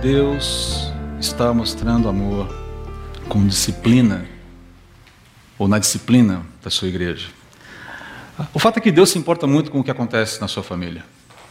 Deus está mostrando amor com disciplina, ou na disciplina da sua igreja. O fato é que Deus se importa muito com o que acontece na sua família.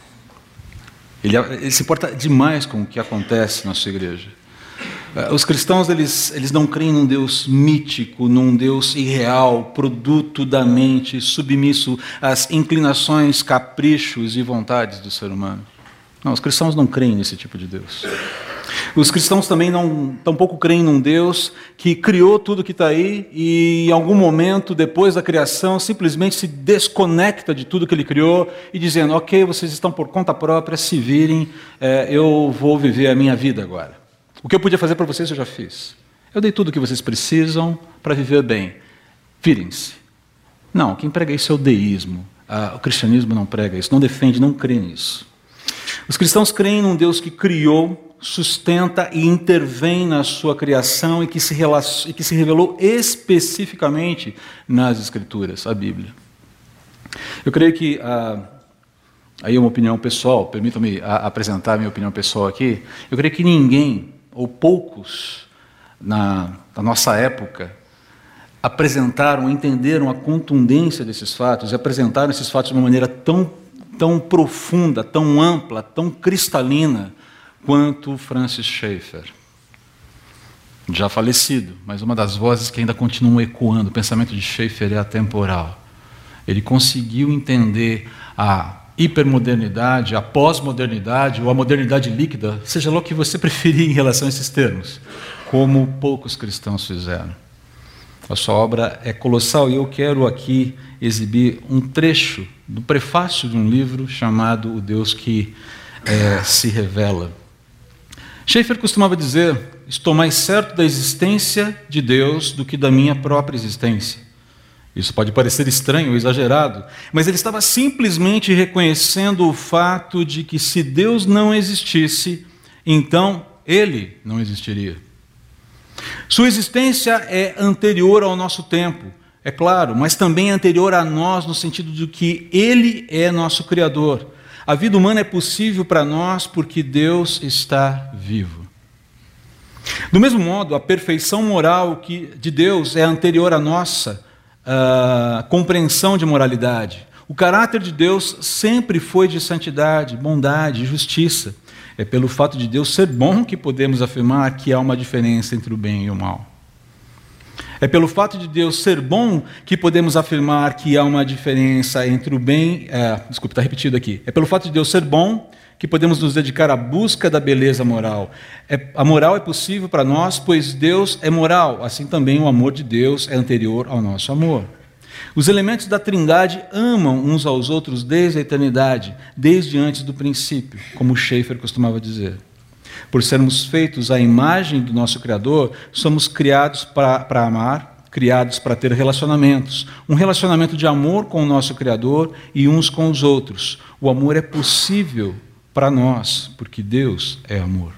Ele se importa demais com o que acontece na sua igreja. Os cristãos, eles não creem num Deus mítico, num Deus irreal, produto da mente, submisso às inclinações, caprichos e vontades do ser humano. Não, os cristãos não creem nesse tipo de Deus. Os cristãos também tampouco creem num Deus que criou tudo que está aí e em algum momento, depois da criação, simplesmente se desconecta de tudo que Ele criou e dizendo, ok, vocês estão por conta própria, se virem, eu vou viver a minha vida agora. O que eu podia fazer para vocês eu já fiz. Eu dei tudo o que vocês precisam para viver bem. Virem-se. Não, quem prega isso é o deísmo. O cristianismo não prega isso, não defende, não crê nisso. Os cristãos creem num Deus que criou, sustenta e intervém na sua criação e que se revelou especificamente nas Escrituras, a Bíblia. Eu creio que, aí é uma opinião pessoal, permitam-me apresentar a minha opinião pessoal aqui, eu creio que ninguém, ou poucos, na nossa época, apresentaram, entenderam a contundência desses fatos e apresentaram esses fatos de uma maneira tão profunda, tão ampla, tão cristalina, quanto Francis Schaeffer. Já falecido, mas uma das vozes que ainda continua ecoando. O pensamento de Schaeffer é atemporal. Ele conseguiu entender a hipermodernidade, a pós-modernidade, ou a modernidade líquida, seja lá o que você preferir em relação a esses termos, como poucos cristãos fizeram. A sua obra é colossal e eu quero aqui exibir um trecho do prefácio de um livro chamado O Deus que se Revela. Schaeffer costumava dizer, estou mais certo da existência de Deus do que da minha própria existência. Isso pode parecer estranho ou exagerado, mas ele estava simplesmente reconhecendo o fato de que se Deus não existisse, então ele não existiria. Sua existência é anterior ao nosso tempo, é claro, mas também é anterior a nós no sentido de que Ele é nosso Criador. A vida humana é possível para nós porque Deus está vivo. Do mesmo modo, a perfeição moral de Deus é anterior à nossa compreensão de moralidade. O caráter de Deus sempre foi de santidade, bondade, justiça. É pelo fato de Deus ser bom que podemos afirmar que há uma diferença entre o bem e o mal. É pelo fato de Deus ser bom que podemos afirmar que há uma diferença entre o bem... Desculpe, está repetido aqui. É pelo fato de Deus ser bom que podemos nos dedicar à busca da beleza moral. A moral é possível para nós, pois Deus é moral. Assim também o amor de Deus é anterior ao nosso amor. Os elementos da Trindade amam uns aos outros desde a eternidade, desde antes do princípio, como Schaeffer costumava dizer. Por sermos feitos à imagem do nosso Criador, somos criados para amar, criados para ter relacionamentos. Um relacionamento de amor com o nosso Criador e uns com os outros. O amor é possível para nós, porque Deus é amor.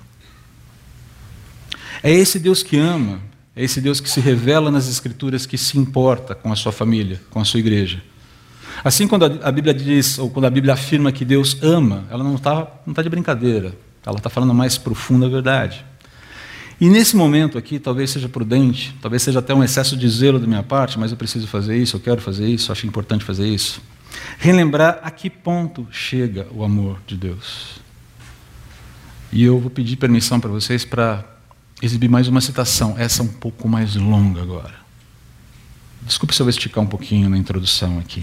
É esse Deus que ama, é esse Deus que se revela nas Escrituras, que se importa com a sua família, com a sua igreja. Assim, quando a Bíblia diz, ou quando a Bíblia afirma que Deus ama, ela não está de brincadeira. Ela está falando a mais profunda verdade. E nesse momento aqui, talvez seja prudente, talvez seja até um excesso de zelo da minha parte, mas eu preciso fazer isso, eu quero fazer isso, acho importante fazer isso. Relembrar a que ponto chega o amor de Deus. E eu vou pedir permissão para vocês para exibir mais uma citação, essa um pouco mais longa agora. Desculpe se eu vou esticar um pouquinho na introdução aqui.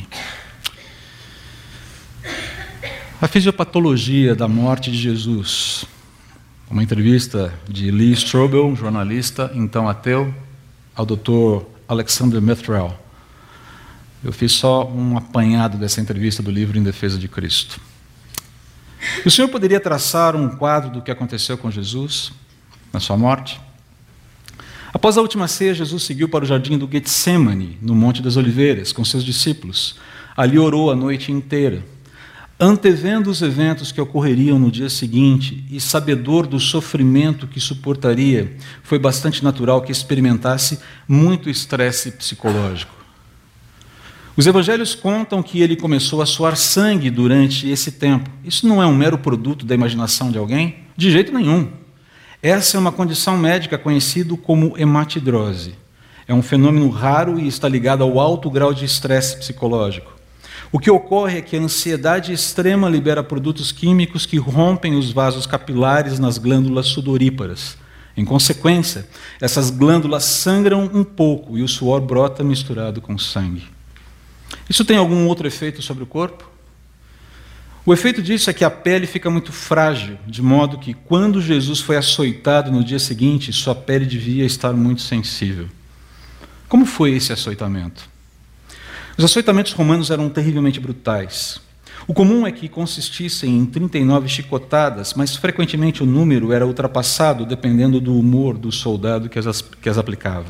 A fisiopatologia da morte de Jesus. Uma entrevista de Lee Strobel, um jornalista, então ateu, ao Dr. Alexander Mithral. Eu fiz só um apanhado dessa entrevista do livro Em Defesa de Cristo. O senhor poderia traçar um quadro do que aconteceu com Jesus na sua morte? Após a última ceia, Jesus seguiu para o jardim do Getsemane, no Monte das Oliveiras, com seus discípulos. Ali orou a noite inteira. Antevendo os eventos que ocorreriam no dia seguinte e sabedor do sofrimento que suportaria, foi bastante natural que experimentasse muito estresse psicológico. Os evangelhos contam que ele começou a suar sangue durante esse tempo. Isso não é um mero produto da imaginação de alguém? De jeito nenhum. Essa é uma condição médica conhecida como hematidrose. É um fenômeno raro e está ligado ao alto grau de estresse psicológico. O que ocorre é que a ansiedade extrema libera produtos químicos que rompem os vasos capilares nas glândulas sudoríparas. Em consequência, essas glândulas sangram um pouco e o suor brota misturado com sangue. Isso tem algum outro efeito sobre o corpo? O efeito disso é que a pele fica muito frágil, de modo que, quando Jesus foi açoitado no dia seguinte, sua pele devia estar muito sensível. Como foi esse açoitamento? Os açoitamentos romanos eram terrivelmente brutais. O comum é que consistissem em 39 chicotadas, mas frequentemente o número era ultrapassado dependendo do humor do soldado que as aplicava.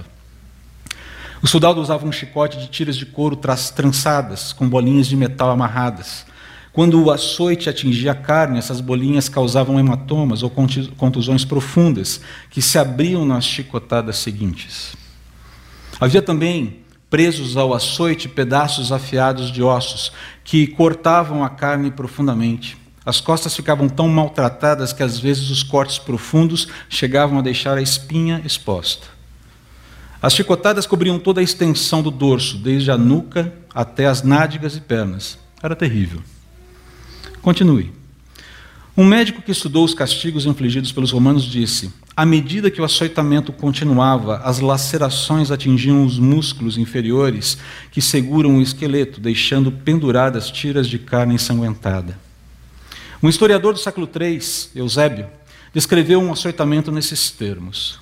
O soldado usava um chicote de tiras de couro trançadas, com bolinhas de metal amarradas. Quando o açoite atingia a carne, essas bolinhas causavam hematomas ou contusões profundas, que se abriam nas chicotadas seguintes. Havia também, presos ao açoite, pedaços afiados de ossos, que cortavam a carne profundamente. As costas ficavam tão maltratadas que às vezes os cortes profundos chegavam a deixar a espinha exposta. As chicotadas cobriam toda a extensão do dorso, desde a nuca até as nádegas e pernas. Era terrível. Continue. Um médico que estudou os castigos infligidos pelos romanos disse: à medida que o açoitamento continuava, as lacerações atingiam os músculos inferiores que seguram o esqueleto, deixando penduradas tiras de carne ensanguentada. Um historiador do século III, Eusébio, descreveu um açoitamento nesses termos: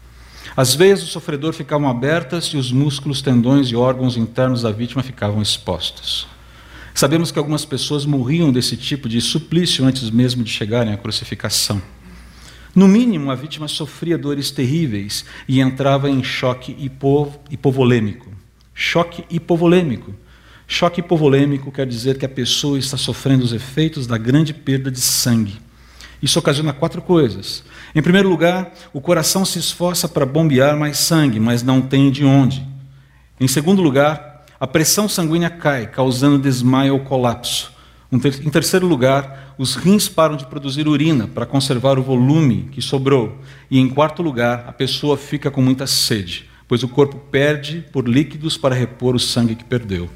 as veias do sofredor ficavam abertas e os músculos, tendões e órgãos internos da vítima ficavam expostos. Sabemos que algumas pessoas morriam desse tipo de suplício antes mesmo de chegarem à crucificação. No mínimo, a vítima sofria dores terríveis e entrava em choque hipovolêmico. Choque hipovolêmico. Choque hipovolêmico quer dizer que a pessoa está sofrendo os efeitos da grande perda de sangue. Isso ocasiona 4 coisas. Em primeiro lugar, o coração se esforça para bombear mais sangue, mas não tem de onde. Em segundo lugar, a pressão sanguínea cai, causando desmaio ou colapso. Em terceiro lugar, os rins param de produzir urina para conservar o volume que sobrou. E em quarto lugar, a pessoa fica com muita sede, pois o corpo perde por líquidos para repor o sangue que perdeu.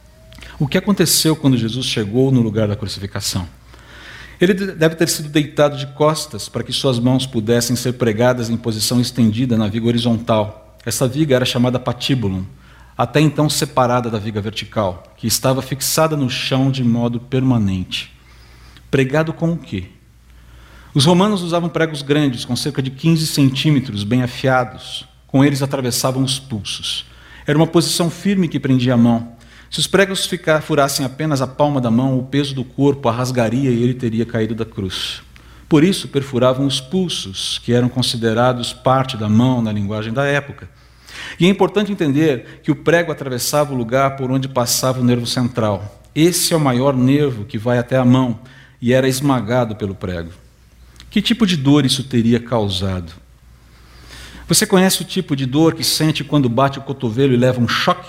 O que aconteceu quando Jesus chegou no lugar da crucificação? Ele deve ter sido deitado de costas para que suas mãos pudessem ser pregadas em posição estendida na viga horizontal. Essa viga era chamada patíbulum, até então separada da viga vertical, que estava fixada no chão de modo permanente. Pregado com o quê? Os romanos usavam pregos grandes, com cerca de 15 centímetros, bem afiados. Com eles atravessavam os pulsos. Era uma posição firme que prendia a mão. Se os pregos furassem apenas a palma da mão, o peso do corpo a rasgaria e ele teria caído da cruz. Por isso, perfuravam os pulsos, que eram considerados parte da mão na linguagem da época. E é importante entender que o prego atravessava o lugar por onde passava o nervo central. Esse é o maior nervo que vai até a mão e era esmagado pelo prego. Que tipo de dor isso teria causado? Você conhece o tipo de dor que sente quando bate o cotovelo e leva um choque?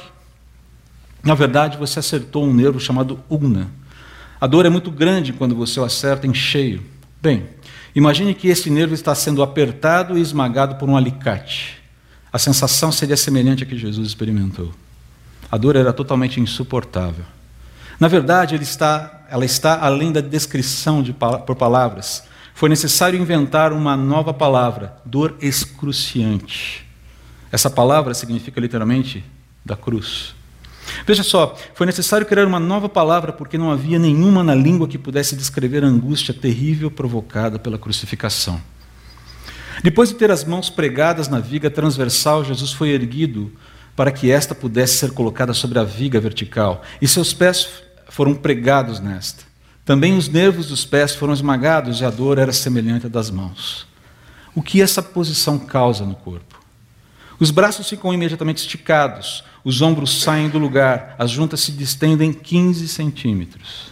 Na verdade, você acertou um nervo chamado ulna. A dor é muito grande quando você o acerta em cheio. Bem, imagine que esse nervo está sendo apertado e esmagado por um alicate. A sensação seria semelhante à que Jesus experimentou. A dor era totalmente insuportável. Na verdade, ela está além da descrição por palavras. Foi necessário inventar uma nova palavra, dor excruciante. Essa palavra significa literalmente da cruz. Veja só, foi necessário criar uma nova palavra porque não havia nenhuma na língua que pudesse descrever a angústia terrível provocada pela crucificação. Depois de ter as mãos pregadas na viga transversal, Jesus foi erguido para que esta pudesse ser colocada sobre a viga vertical, e seus pés foram pregados nesta. Também os nervos dos pés foram esmagados e a dor era semelhante à das mãos. O que essa posição causa no corpo? Os braços ficam imediatamente esticados, os ombros saem do lugar, as juntas se distendem 15 centímetros.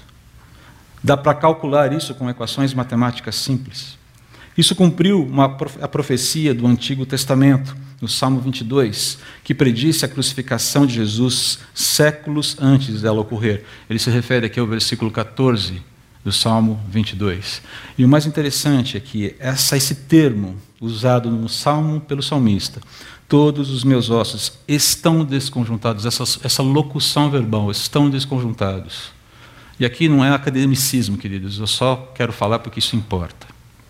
Dá para calcular isso com equações matemáticas simples. Isso cumpriu a profecia do Antigo Testamento, no Salmo 22, que predisse a crucificação de Jesus séculos antes dela ocorrer. Ele se refere aqui ao versículo 14 do Salmo 22. E o mais interessante é que esse termo, usado no Salmo pelo salmista. Todos os meus ossos estão desconjuntados. Essa locução verbal, estão desconjuntados. E aqui não é academicismo, queridos, eu só quero falar porque isso importa.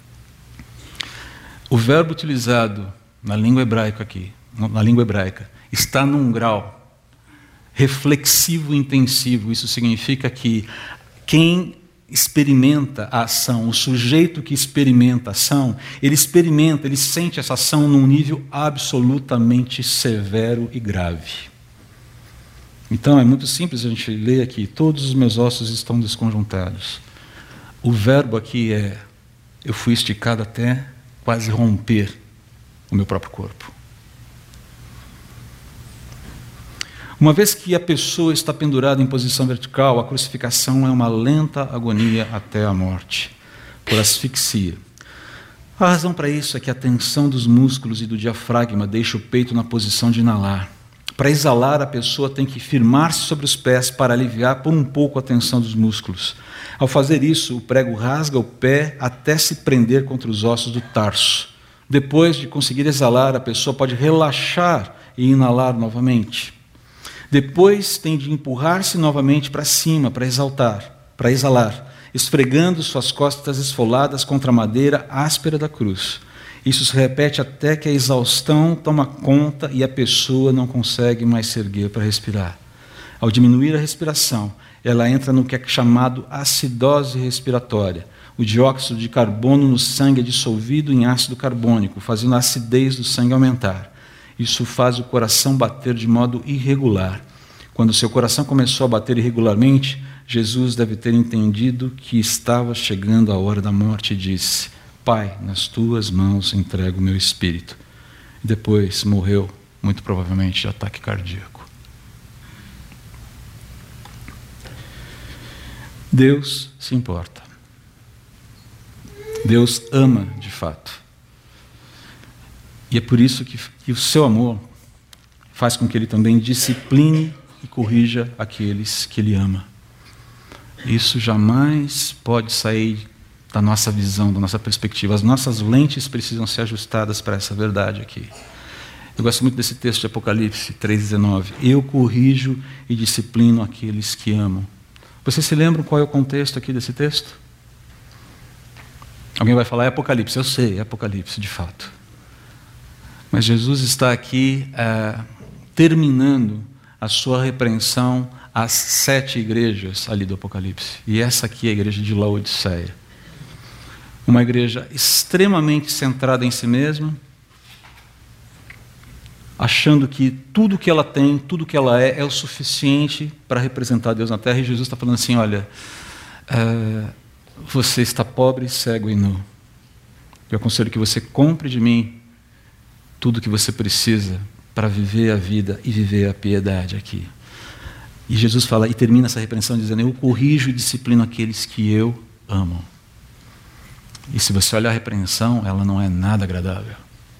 O verbo utilizado na língua hebraica, está num grau reflexivo e intensivo. Isso significa que quem experimenta a ação, o sujeito que experimenta a ação, ele sente essa ação num nível absolutamente severo e grave. Então é muito simples a gente ler aqui, todos os meus ossos estão desconjuntados. O verbo aqui é, eu fui esticado até quase romper o meu próprio corpo. Uma vez que a pessoa está pendurada em posição vertical, a crucificação é uma lenta agonia até a morte, por asfixia. A razão para isso é que a tensão dos músculos e do diafragma deixa o peito na posição de inalar. Para exalar, a pessoa tem que firmar-se sobre os pés para aliviar por um pouco a tensão dos músculos. Ao fazer isso, o prego rasga o pé até se prender contra os ossos do tarso. Depois de conseguir exalar, a pessoa pode relaxar e inalar novamente. Depois tem de empurrar-se novamente para cima para exalar, esfregando suas costas esfoladas contra a madeira áspera da cruz. Isso se repete até que a exaustão toma conta e a pessoa não consegue mais se erguer para respirar. Ao diminuir a respiração, ela entra no que é chamado acidose respiratória. O dióxido de carbono no sangue é dissolvido em ácido carbônico, fazendo a acidez do sangue aumentar. Isso faz o coração bater de modo irregular. Quando seu coração começou a bater irregularmente, Jesus deve ter entendido que estava chegando a hora da morte e disse: Pai, nas tuas mãos entrego o meu espírito. E depois morreu, muito provavelmente, de ataque cardíaco. Deus se importa. Deus ama de fato. E é por isso que o seu amor faz com que Ele também discipline e corrija aqueles que Ele ama. Isso jamais pode sair da nossa visão, da nossa perspectiva. As nossas lentes precisam ser ajustadas para essa verdade aqui. Eu gosto muito desse texto de Apocalipse 3,19. Eu corrijo e disciplino aqueles que amam. Vocês se lembram qual é o contexto aqui desse texto? Alguém vai falar, é Apocalipse. Eu sei, é Apocalipse, de fato. Mas Jesus está aqui terminando a sua repreensão às 7 igrejas ali do Apocalipse. E essa aqui é a igreja de Laodiceia. Uma igreja extremamente centrada em si mesma, achando que tudo que ela tem, tudo que ela é o suficiente para representar Deus na terra. E Jesus está falando assim, olha, você está pobre, cego e nu. Eu aconselho que você compre de mim tudo que você precisa para viver a vida e viver a piedade aqui. E Jesus fala, e termina essa repreensão dizendo, eu corrijo e disciplino aqueles que eu amo. E se você olhar a repreensão, ela não é nada agradável.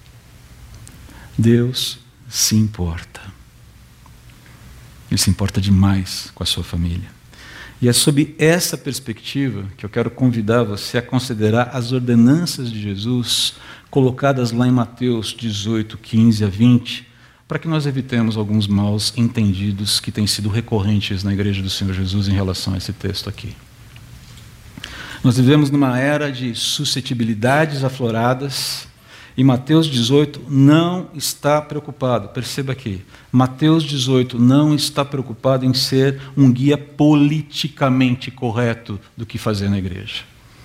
Deus se importa. Ele se importa demais com a sua família. E é sob essa perspectiva que eu quero convidar você a considerar as ordenanças de Jesus colocadas lá em Mateus 18, 15 a 20, para que nós evitemos alguns maus entendidos que têm sido recorrentes na igreja do Senhor Jesus em relação a esse texto aqui. Nós vivemos numa era de suscetibilidades afloradas e Mateus 18 não está preocupado, perceba aqui, Mateus 18 não está preocupado em ser um guia politicamente correto do que fazer na igreja,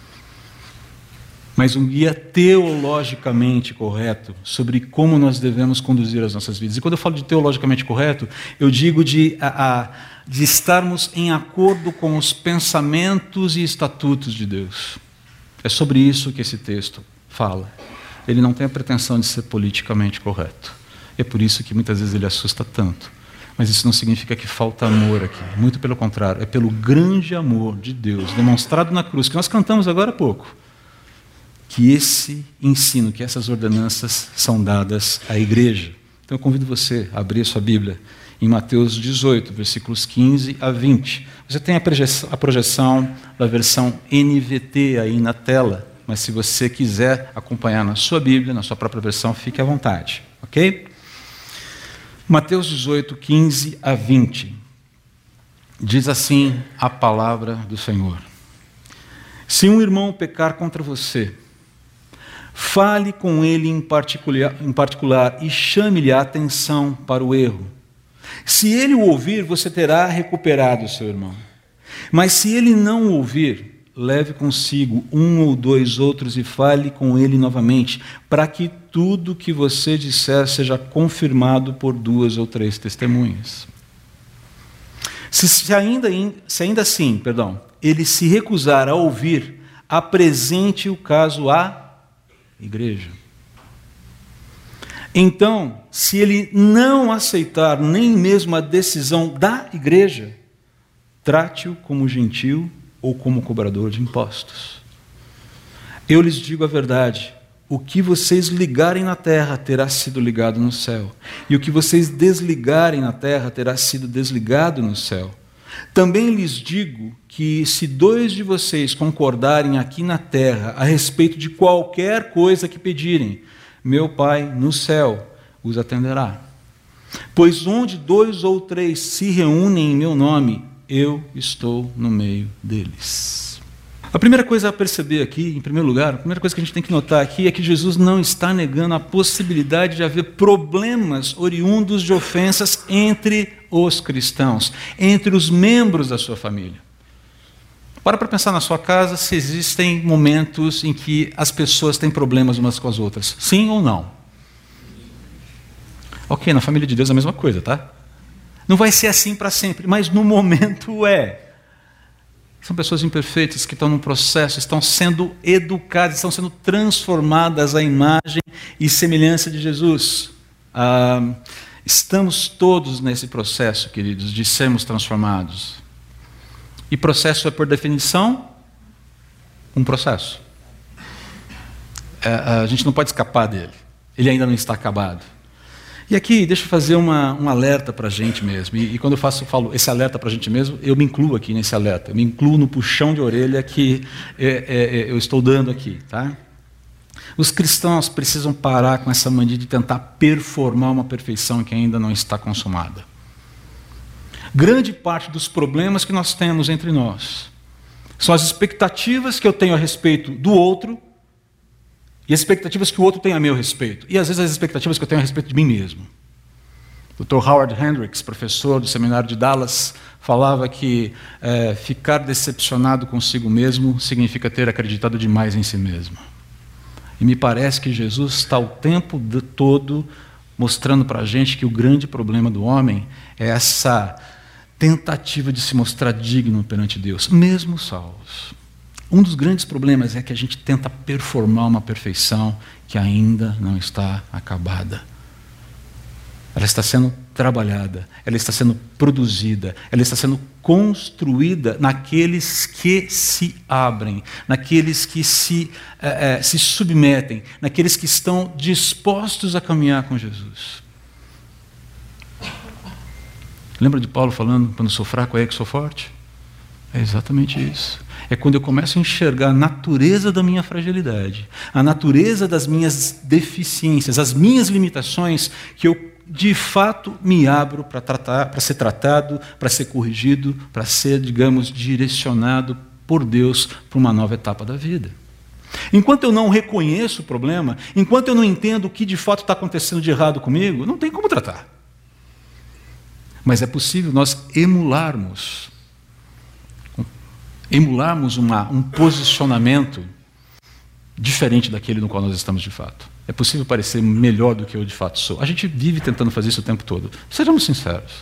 mas um guia teologicamente correto sobre como nós devemos conduzir as nossas vidas. E quando eu falo de teologicamente correto, eu digo de estarmos em acordo com os pensamentos e estatutos de Deus. É sobre isso que esse texto fala. Ele não tem a pretensão de ser politicamente correto. É por isso que muitas vezes ele assusta tanto. Mas isso não significa que falta amor aqui. Muito pelo contrário, é pelo grande amor de Deus demonstrado na cruz, que nós cantamos agora há pouco, que esse ensino, que essas ordenanças são dadas à igreja. Então eu convido você a abrir a sua Bíblia em Mateus 18, versículos 15 a 20. Você tem a projeção da versão NVT aí na tela, mas se você quiser acompanhar na sua Bíblia, na sua própria versão, fique à vontade, ok? Mateus 18, 15 a 20. Diz assim a palavra do Senhor: se um irmão pecar contra você, fale com ele em particular e chame-lhe a atenção para o erro. Se ele o ouvir, você terá recuperado o seu irmão. Mas se ele não o ouvir, leve consigo 1 ou 2 outros e fale com ele novamente, para que tudo que você disser seja confirmado por 2 ou 3 testemunhas. Se ainda assim, ele se recusar a ouvir, apresente o caso à igreja. Então, se ele não aceitar nem mesmo a decisão da igreja, trate-o como gentil ou como cobrador de impostos. Eu lhes digo a verdade: o que vocês ligarem na terra terá sido ligado no céu, e o que vocês desligarem na terra terá sido desligado no céu. Também lhes digo que se 2 de vocês concordarem aqui na terra a respeito de qualquer coisa que pedirem, meu Pai no céu os atenderá. Pois onde 2 ou 3 se reúnem em meu nome, eu estou no meio deles. A primeira coisa a perceber aqui, em primeiro lugar, a primeira coisa que a gente tem que notar aqui é que Jesus não está negando a possibilidade de haver problemas oriundos de ofensas entre os cristãos, entre os membros da sua família. Para pensar na sua casa se existem momentos em que as pessoas têm problemas umas com as outras. Sim ou não? Ok, na família de Deus é a mesma coisa, tá? Não vai ser assim para sempre, mas no momento é. São pessoas imperfeitas que estão num processo, estão sendo educadas, estão sendo transformadas à imagem e semelhança de Jesus. Estamos todos nesse processo, queridos, de sermos transformados. E processo é, por definição, um processo. A gente não pode escapar dele. Ele ainda não está acabado. E aqui, deixa eu fazer um alerta para a gente mesmo. E quando eu falo esse alerta para a gente mesmo, eu me incluo aqui nesse alerta. Eu me incluo no puxão de orelha que eu estou dando aqui. Tá? Os cristãos precisam parar com essa mania de tentar performar uma perfeição que ainda não está consumada. Grande parte dos problemas que nós temos entre nós são as expectativas que eu tenho a respeito do outro e as expectativas que o outro tem a meu respeito. E às vezes as expectativas que eu tenho a respeito de mim mesmo. O Dr. Howard Hendricks, professor do seminário de Dallas, falava que ficar decepcionado consigo mesmo significa ter acreditado demais em si mesmo. E me parece que Jesus está o tempo todo mostrando para a gente que o grande problema do homem é essa tentativa de se mostrar digno perante Deus, mesmo salvos. Um dos grandes problemas é que a gente tenta performar uma perfeição que ainda não está acabada. Ela está sendo trabalhada, ela está sendo produzida, ela está sendo construída naqueles que se abrem, naqueles que se submetem, naqueles que estão dispostos a caminhar com Jesus. Lembra de Paulo falando, quando sou fraco é que sou forte? É exatamente isso. É quando eu começo a enxergar a natureza da minha fragilidade, a natureza das minhas deficiências, as minhas limitações, que eu de fato me abro para ser tratado, para ser corrigido, para ser, digamos, direcionado por Deus para uma nova etapa da vida. Enquanto eu não reconheço o problema, enquanto eu não entendo o que de fato está acontecendo de errado comigo, não tem como tratar. Mas é possível nós emularmos um posicionamento diferente daquele no qual nós estamos de fato. É possível parecer melhor do que eu de fato sou. A gente vive tentando fazer isso o tempo todo. Sejamos sinceros.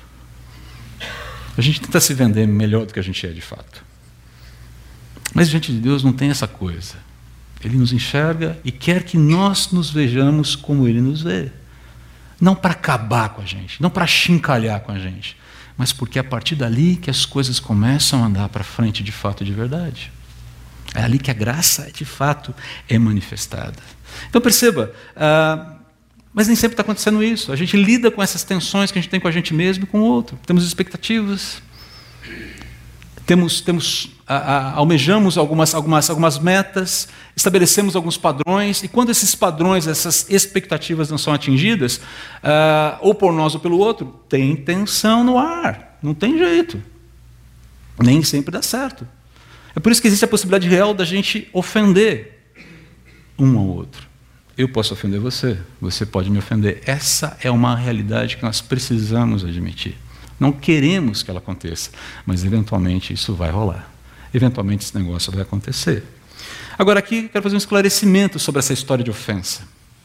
A gente tenta se vender melhor do que a gente é de fato. Mas diante de Deus não tem essa coisa. Ele nos enxerga e quer que nós nos vejamos como Ele nos vê. Não para acabar com a gente, não para achincalhar com a gente, mas porque é a partir dali que as coisas começam a andar para frente de fato e de verdade. É ali que a graça de fato é manifestada. Então perceba, mas nem sempre está acontecendo isso. A gente lida com essas tensões que a gente tem com a gente mesmo e com o outro. Temos expectativas. almejamos algumas metas, estabelecemos alguns padrões, e quando esses padrões, essas expectativas não são atingidas, ou por nós ou pelo outro, tem tensão no ar, não tem jeito. Nem sempre dá certo. É por isso que existe a possibilidade real da gente ofender um ao outro. Eu posso ofender você, você pode me ofender. Essa é uma realidade que nós precisamos admitir. Não queremos que ela aconteça, mas eventualmente isso vai rolar. Eventualmente esse negócio vai acontecer. Agora aqui quero fazer um esclarecimento sobre essa história de ofensa.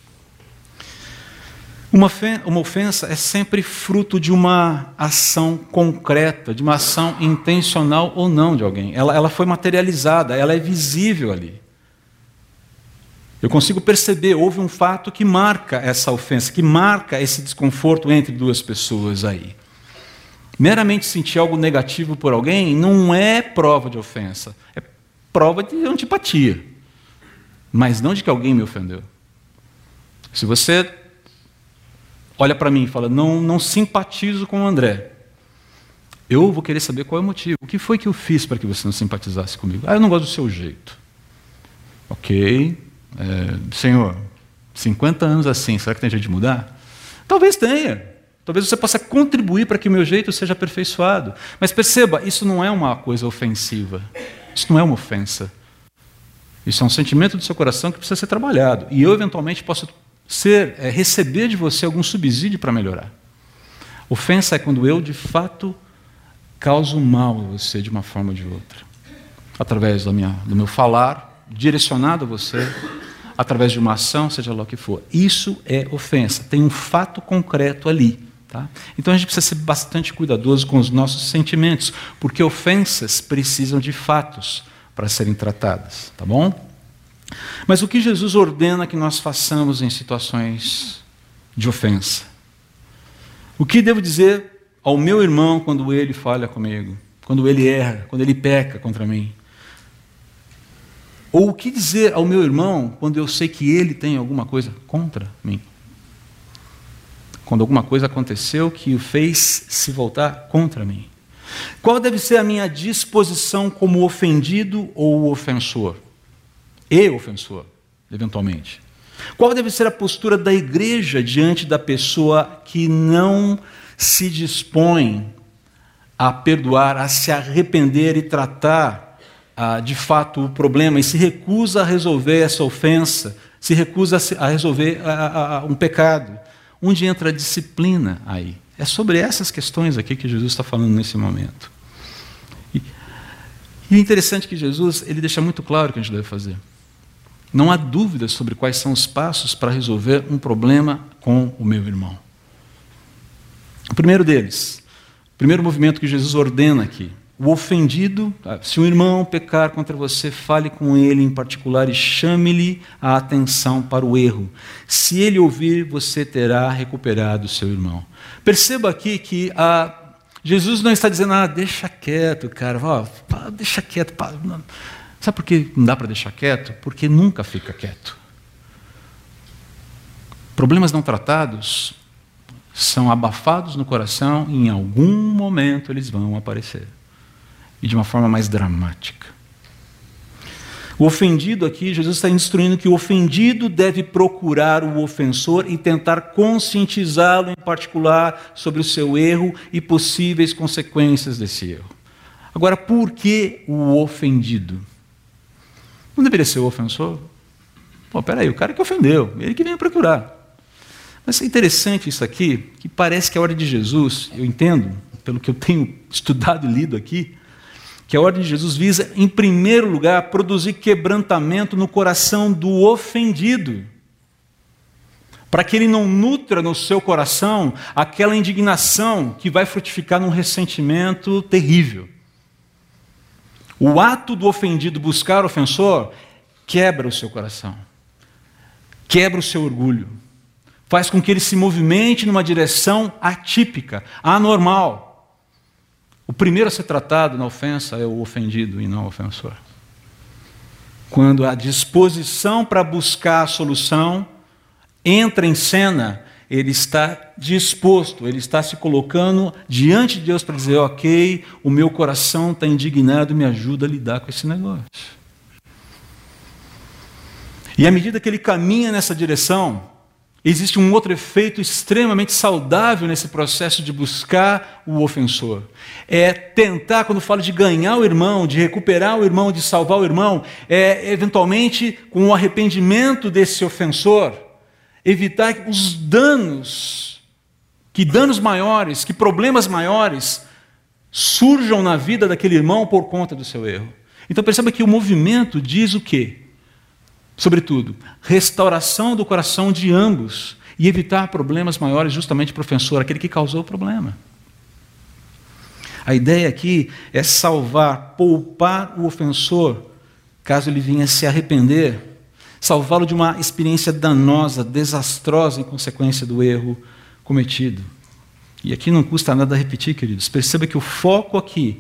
Uma ofensa é sempre fruto de uma ação concreta, de uma ação intencional ou não de alguém. Ela foi materializada, ela é visível ali. Eu consigo perceber, houve um fato que marca essa ofensa, que marca esse desconforto entre duas pessoas aí. Meramente sentir algo negativo por alguém não é prova de ofensa, é prova de antipatia, mas não de que alguém me ofendeu. Se você olha para mim e fala, não simpatizo com o André, eu vou querer saber qual é o motivo. O que foi que eu fiz para que você não simpatizasse comigo? Eu não gosto do seu jeito. Ok, senhor, 50 anos assim, será que tem jeito de mudar? Talvez tenha. Talvez você possa contribuir para que o meu jeito seja aperfeiçoado. Mas perceba, isso não é uma coisa ofensiva. Isso não é uma ofensa. Isso é um sentimento do seu coração que precisa ser trabalhado. E eu, eventualmente, posso receber de você algum subsídio para melhorar. Ofensa é quando eu, de fato, causo mal a você de uma forma ou de outra. Através do meu falar, direcionado a você, através de uma ação, seja lá o que for. Isso é ofensa. Tem um fato concreto ali. Tá? Então a gente precisa ser bastante cuidadoso com os nossos sentimentos, porque ofensas precisam de fatos para serem tratadas. Tá bom? Mas o que Jesus ordena que nós façamos em situações de ofensa? O que devo dizer ao meu irmão quando ele falha comigo? Quando ele erra, quando ele peca contra mim? Ou o que dizer ao meu irmão quando eu sei que ele tem alguma coisa contra mim? Quando alguma coisa aconteceu que o fez se voltar contra mim? Qual deve ser a minha disposição como ofendido ou ofensor? E ofensor, eventualmente. Qual deve ser a postura da igreja diante da pessoa que não se dispõe a perdoar, a se arrepender e tratar de fato o problema e se recusa a resolver essa ofensa, se recusa a resolver um pecado? Onde entra a disciplina aí? É sobre essas questões aqui que Jesus está falando nesse momento. E é interessante que Jesus ele deixa muito claro o que a gente deve fazer. Não há dúvida sobre quais são os passos para resolver um problema com o meu irmão. O primeiro deles, o primeiro movimento que Jesus ordena aqui, o ofendido, se um irmão pecar contra você, fale com ele em particular e chame-lhe a atenção para o erro. Se ele ouvir, você terá recuperado o seu irmão. Perceba aqui que Jesus não está dizendo, deixa quieto, cara, deixa quieto. Sabe por que não dá para deixar quieto? Porque nunca fica quieto. Problemas não tratados são abafados no coração e em algum momento eles vão aparecer. E de uma forma mais dramática. O ofendido aqui, Jesus está instruindo que o ofendido deve procurar o ofensor e tentar conscientizá-lo em particular sobre o seu erro e possíveis consequências desse erro. Agora, por que o ofendido? Não deveria ser o ofensor? Peraí, o cara que ofendeu, ele que vem procurar. Mas é interessante isso aqui, que parece que a ordem de Jesus, eu entendo, pelo que eu tenho estudado e lido aqui, que a ordem de Jesus visa, em primeiro lugar, produzir quebrantamento no coração do ofendido, para que ele não nutra no seu coração aquela indignação que vai frutificar num ressentimento terrível. O ato do ofendido buscar o ofensor quebra o seu coração, quebra o seu orgulho, faz com que ele se movimente numa direção atípica, anormal. O primeiro a ser tratado na ofensa é o ofendido e não o ofensor. Quando a disposição para buscar a solução entra em cena, ele está disposto, ele está se colocando diante de Deus para dizer, ok, o meu coração está indignado, me ajuda a lidar com esse negócio. E à medida que ele caminha nessa direção, existe um outro efeito extremamente saudável nesse processo de buscar o ofensor. É tentar, quando falo de ganhar o irmão, de recuperar o irmão, de salvar o irmão, eventualmente, com o arrependimento desse ofensor, evitar os danos maiores, que problemas maiores surjam na vida daquele irmão por conta do seu erro. Então perceba que o movimento diz o quê? Sobretudo, restauração do coração de ambos e evitar problemas maiores justamente para o ofensor, aquele que causou o problema. A ideia aqui é salvar, poupar o ofensor, caso ele venha se arrepender, salvá-lo de uma experiência danosa, desastrosa em consequência do erro cometido. E aqui não custa nada repetir, queridos. Perceba que o foco aqui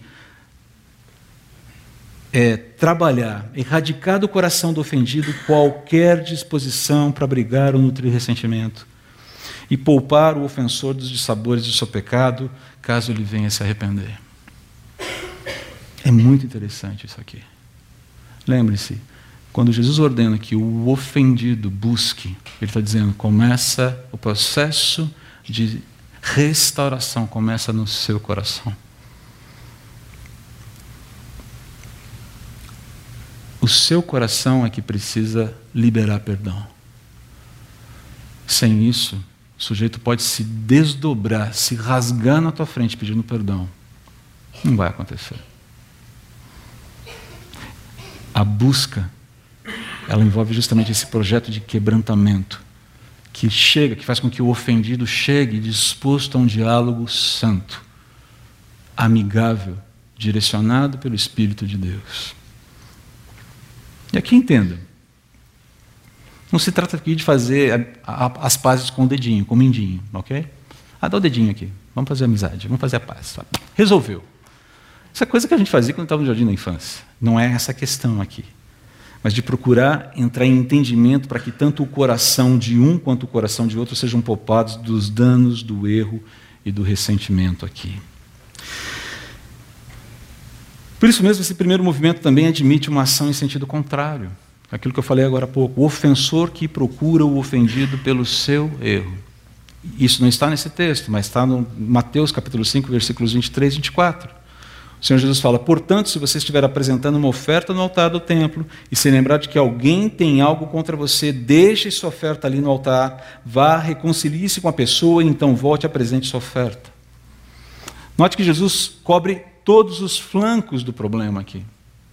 é trabalhar, erradicar do coração do ofendido qualquer disposição para brigar ou nutrir ressentimento e poupar o ofensor dos dissabores do seu pecado, caso ele venha se arrepender. É muito interessante isso aqui. Lembre-se, quando Jesus ordena que o ofendido busque, ele está dizendo, começa o processo de restauração, começa no seu coração. O seu coração é que precisa liberar perdão. Sem isso, o sujeito pode se desdobrar, se rasgar na tua frente pedindo perdão. Não vai acontecer. A busca, ela envolve justamente esse projeto de quebrantamento, que faz com que o ofendido chegue disposto a um diálogo santo, amigável, direcionado pelo Espírito de Deus. E aqui entenda, não se trata aqui de fazer as pazes com o dedinho, com o mindinho, ok? Dá o dedinho aqui, vamos fazer amizade, vamos fazer a paz. Resolveu. Isso é coisa que a gente fazia quando estava no jardim da infância. Não é essa a questão aqui. Mas de procurar entrar em entendimento para que tanto o coração de um quanto o coração de outro sejam poupados dos danos, do erro e do ressentimento aqui. Por isso mesmo, esse primeiro movimento também admite uma ação em sentido contrário. Aquilo que eu falei agora há pouco. O ofensor que procura o ofendido pelo seu erro. Isso não está nesse texto, mas está no Mateus capítulo 5, versículos 23 e 24. O Senhor Jesus fala, portanto, se você estiver apresentando uma oferta no altar do templo e se lembrar de que alguém tem algo contra você, deixe sua oferta ali no altar, vá, reconcilie-se com a pessoa e então volte e apresente sua oferta. Note que Jesus cobre todos os flancos do problema aqui.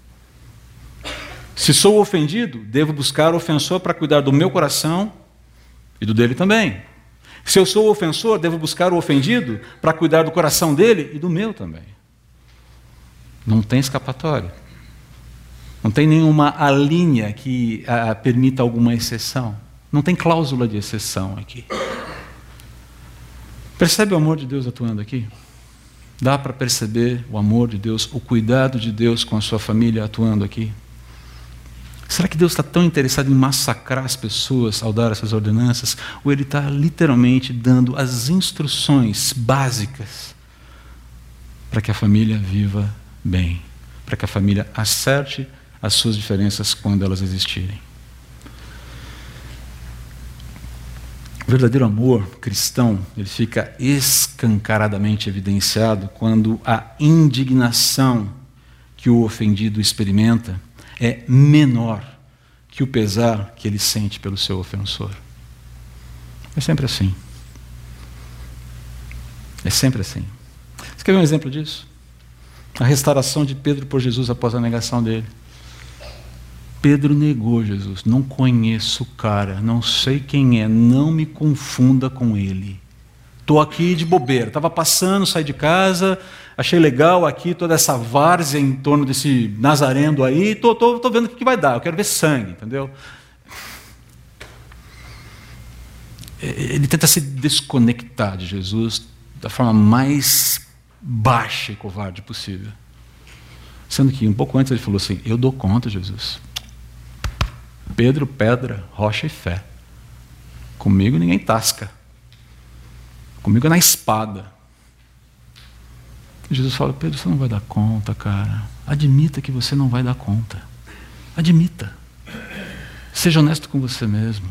Se sou ofendido, devo buscar o ofensor para cuidar do meu coração e do dele também. Se eu sou o ofensor, devo buscar o ofendido para cuidar do coração dele e do meu também. Não tem escapatória. Não tem nenhuma alínea que permita alguma exceção. Não tem cláusula de exceção aqui. Percebe o amor de Deus atuando aqui? Dá para perceber o amor de Deus, o cuidado de Deus com a sua família atuando aqui? Será que Deus está tão interessado em massacrar as pessoas ao dar essas ordenanças? Ou Ele está literalmente dando as instruções básicas para que a família viva bem, para que a família acerte as suas diferenças quando elas existirem? O verdadeiro amor cristão, ele fica escancaradamente evidenciado quando a indignação que o ofendido experimenta é menor que o pesar que ele sente pelo seu ofensor. É sempre assim. É sempre assim. Você quer ver um exemplo disso? A restauração de Pedro por Jesus após a negação dele. Pedro negou Jesus. Não conheço o cara, não sei quem é, não me confunda com ele. Estou aqui de bobeira, estava passando, saí de casa, achei legal aqui toda essa várzea em torno desse nazareno aí, estou vendo o que vai dar, eu quero ver sangue, entendeu? Ele tenta se desconectar de Jesus da forma mais baixa e covarde possível. Sendo que um pouco antes ele falou assim, eu dou conta, Jesus. Pedro, pedra, rocha e fé. Comigo ninguém tasca. Comigo é na espada. E Jesus fala: Pedro, você não vai dar conta, cara. Admita que você não vai dar conta. Admita. Seja honesto com você mesmo.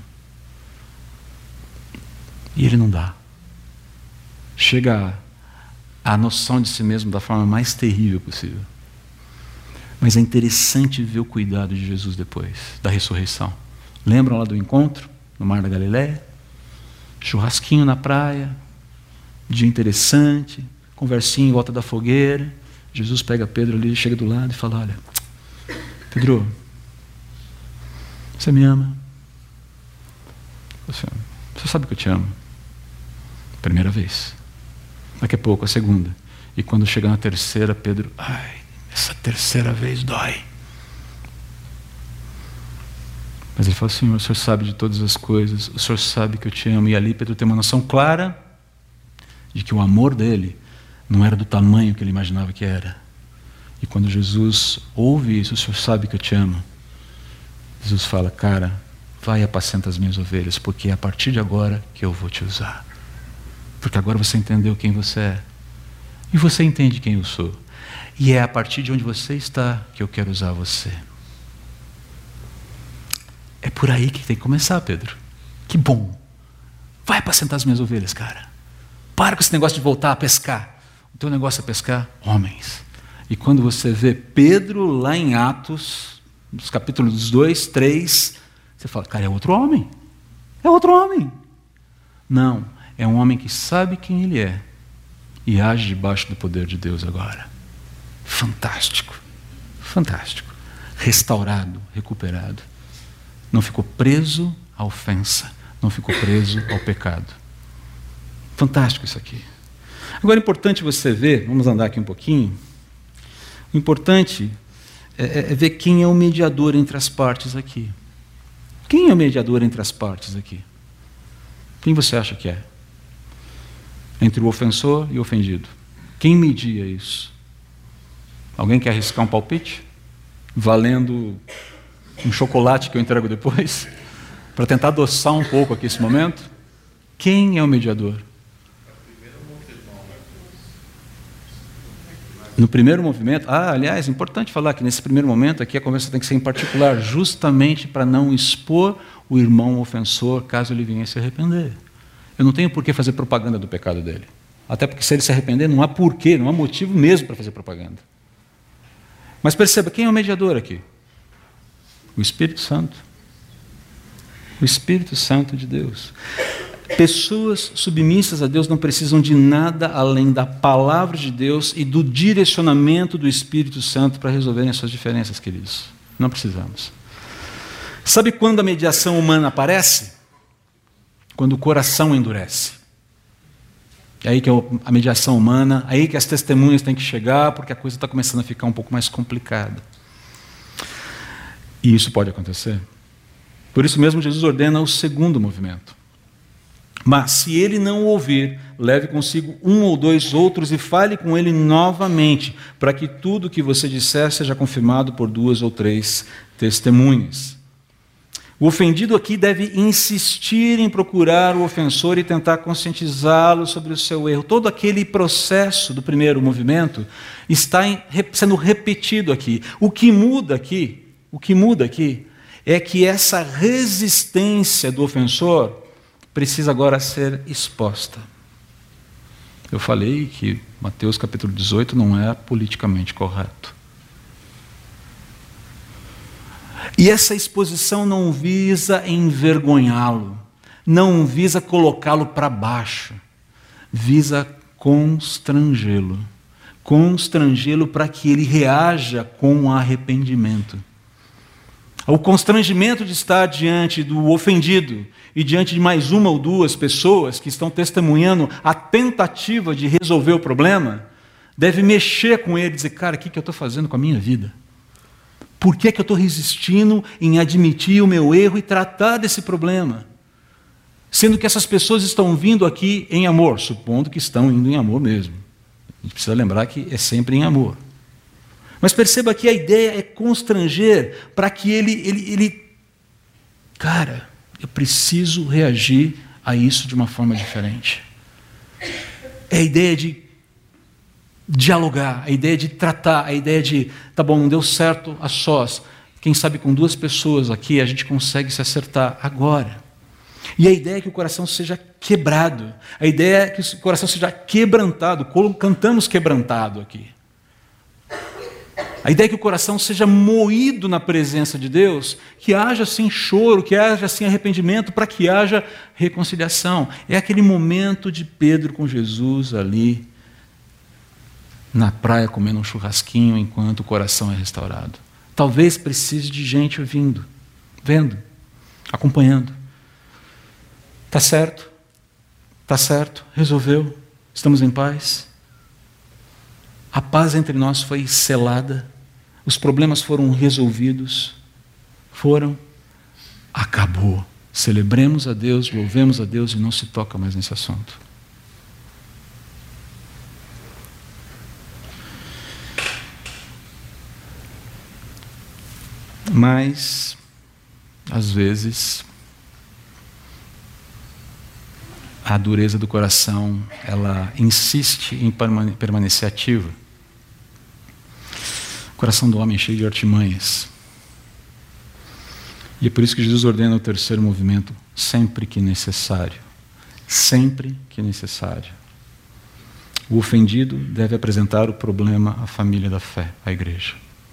E ele não dá. Chega à noção de si mesmo da forma mais terrível possível. Mas é interessante ver o cuidado de Jesus depois da ressurreição. Lembram lá do encontro no Mar da Galileia? Churrasquinho na praia, dia interessante, conversinha em volta da fogueira. Jesus pega Pedro ali, chega do lado e fala: olha, Pedro, você me ama? Você sabe que eu te amo. Primeira vez. Daqui a pouco, a segunda. E quando chega na terceira, Pedro: ai, essa terceira vez dói. Mas ele fala: Senhor, o Senhor sabe de todas as coisas, o Senhor sabe que eu te amo. E ali Pedro tem uma noção clara de que o amor dele não era do tamanho que ele imaginava que era. E quando Jesus ouve isso: o Senhor sabe que eu te amo, Jesus fala: cara, vai e apacenta as minhas ovelhas, porque é a partir de agora que eu vou te usar. Porque agora você entendeu quem você é. E você entende quem eu sou. E é a partir de onde você está que eu quero usar você. É por aí que tem que começar, Pedro. Que bom. Vai apacentar as minhas ovelhas, cara. Para com esse negócio de voltar a pescar. O teu negócio é pescar homens. E quando você vê Pedro lá em Atos, nos capítulos 2, 3, você fala: cara, é outro homem. É outro homem. Não. É um homem que sabe quem ele é e age debaixo do poder de Deus agora. Fantástico. Fantástico. Restaurado, recuperado. Não ficou preso à ofensa. Não ficou preso ao pecado. Fantástico isso aqui. Agora é importante você ver, vamos andar aqui um pouquinho. O importante é ver quem é o mediador entre as partes aqui. Quem é o mediador entre as partes aqui? Quem você acha que é? Entre o ofensor e o ofendido. Quem media isso? Alguém quer arriscar um palpite? Valendo um chocolate que eu entrego depois? Para tentar adoçar um pouco aqui esse momento? Quem é o mediador? No primeiro movimento, aliás, é importante falar que nesse primeiro momento aqui a conversa tem que ser em particular, justamente para não expor o irmão ofensor caso ele venha se arrepender. Eu não tenho por que fazer propaganda do pecado dele. Até porque se ele se arrepender, não há porquê, não há motivo mesmo para fazer propaganda. Mas perceba, quem é o mediador aqui? O Espírito Santo. O Espírito Santo de Deus. Pessoas submissas a Deus não precisam de nada além da palavra de Deus e do direcionamento do Espírito Santo para resolverem as suas diferenças, queridos. Não precisamos. Sabe quando a mediação humana aparece? Quando o coração endurece. É aí que é a mediação humana, aí que as testemunhas têm que chegar, porque a coisa está começando a ficar um pouco mais complicada. E isso pode acontecer. Por isso mesmo Jesus ordena o segundo movimento. Mas se ele não ouvir, leve consigo um ou dois outros e fale com ele novamente, para que tudo o que você disser seja confirmado por 2 ou 3 testemunhas. O ofendido aqui deve insistir em procurar o ofensor e tentar conscientizá-lo sobre o seu erro. Todo aquele processo do primeiro movimento está sendo repetido aqui. O que muda aqui é que essa resistência do ofensor precisa agora ser exposta. Eu falei que Mateus capítulo 18 não é politicamente correto. E essa exposição não visa envergonhá-lo, não visa colocá-lo para baixo, visa constrangê-lo. Constrangê-lo para que ele reaja com arrependimento. O constrangimento de estar diante do ofendido e diante de mais uma ou duas pessoas que estão testemunhando a tentativa de resolver o problema, deve mexer com ele e dizer: cara, o que eu estou fazendo com a minha vida? Por que eu estou resistindo em admitir o meu erro e tratar desse problema? Sendo que essas pessoas estão vindo aqui em amor, supondo que estão indo em amor mesmo. A gente precisa lembrar que é sempre em amor. Mas perceba que a ideia é constranger para que ele... Cara, eu preciso reagir a isso de uma forma diferente. É a ideia de dialogar, a ideia de tratar, a ideia de, tá bom, não deu certo a sós. Quem sabe com 2 pessoas aqui a gente consegue se acertar agora. E a ideia é que o coração seja quebrado. A ideia é que o coração seja quebrantado. Cantamos quebrantado aqui. A ideia é que o coração seja moído na presença de Deus, que haja assim choro, que haja assim arrependimento, para que haja reconciliação. É aquele momento de Pedro com Jesus ali, na praia comendo um churrasquinho enquanto o coração é restaurado. Talvez precise de gente ouvindo, vendo, acompanhando. Tá certo, resolveu, estamos em paz. A paz entre nós foi selada, os problemas foram resolvidos, acabou. Celebremos a Deus, louvemos a Deus e não se toca mais nesse assunto. Mas, às vezes, a dureza do coração, ela insiste em permanecer ativa. O coração do homem é cheio de artimanhas. E é por isso que Jesus ordena o 3º movimento, sempre que necessário. Sempre que necessário. O ofendido deve apresentar o problema à família da fé, à igreja.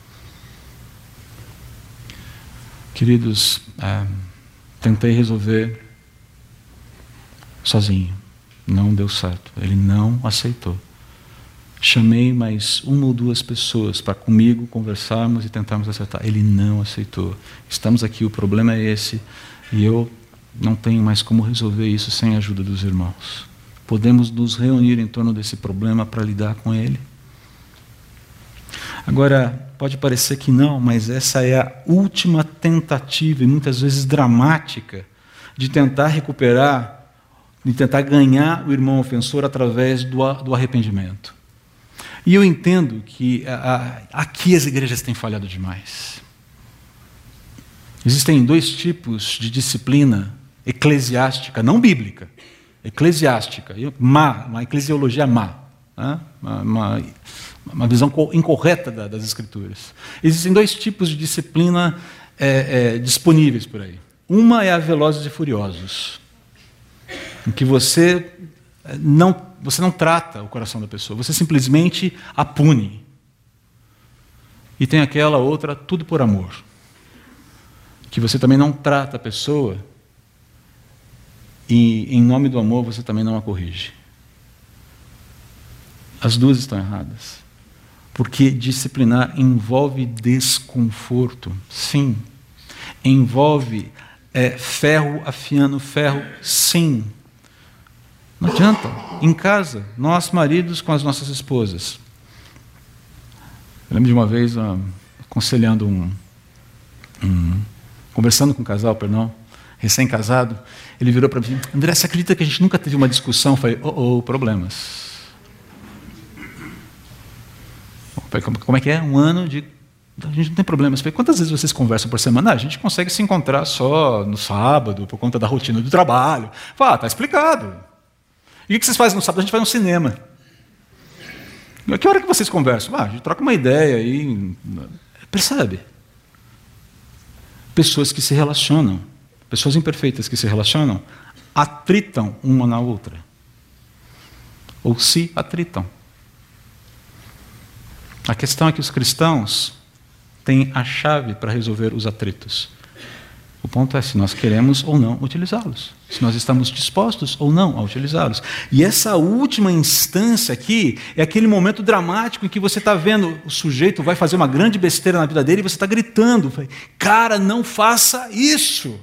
Queridos, tentei resolver sozinho. Não deu certo. Ele não aceitou. Chamei mais 1 ou 2 pessoas para comigo conversarmos e tentarmos acertar. Ele não aceitou. Estamos aqui, o problema é esse, e eu não tenho mais como resolver isso sem a ajuda dos irmãos. Podemos nos reunir em torno desse problema para lidar com ele? Agora, pode parecer que não, mas essa é a última tentativa, e muitas vezes dramática, de tentar recuperar, de tentar ganhar o irmão ofensor através do arrependimento. E eu entendo que aqui as igrejas têm falhado demais. Existem 2 tipos de disciplina eclesiástica, não bíblica, eclesiástica, uma eclesiologia má, né? Uma visão incorreta das Escrituras. Existem 2 tipos de disciplina disponíveis por aí. Uma é a Velozes e Furiosos, em que você não trata o coração da pessoa, você simplesmente a pune. E tem aquela outra, tudo por amor, que você também não trata a pessoa e, em nome do amor, você também não a corrige. As 2 estão erradas. Porque disciplinar envolve desconforto, sim. Envolve ferro afiando ferro, sim. Não adianta. Em casa, nós maridos com as nossas esposas. Eu lembro de uma vez aconselhando conversando com um casal, recém-casado, ele virou para mim: André, você acredita que a gente nunca teve uma discussão? Eu falei: problemas. Como é que é? 1 ano de... A gente não tem problemas. Eu falei: quantas vezes vocês conversam por semana? A gente consegue se encontrar só no sábado, por conta da rotina do trabalho. Eu falei: está explicado. E o que vocês fazem no sábado? A gente vai no cinema. A que hora que vocês conversam? A gente troca uma ideia e... Percebe? Pessoas que se relacionam, pessoas imperfeitas que se relacionam, atritam uma na outra. Ou se atritam. A questão é que os cristãos têm a chave para resolver os atritos. O ponto é se nós queremos ou não utilizá-los, se nós estamos dispostos ou não a utilizá-los. E essa última instância aqui é aquele momento dramático em que você está vendo o sujeito vai fazer uma grande besteira na vida dele e você está gritando: cara, não faça isso.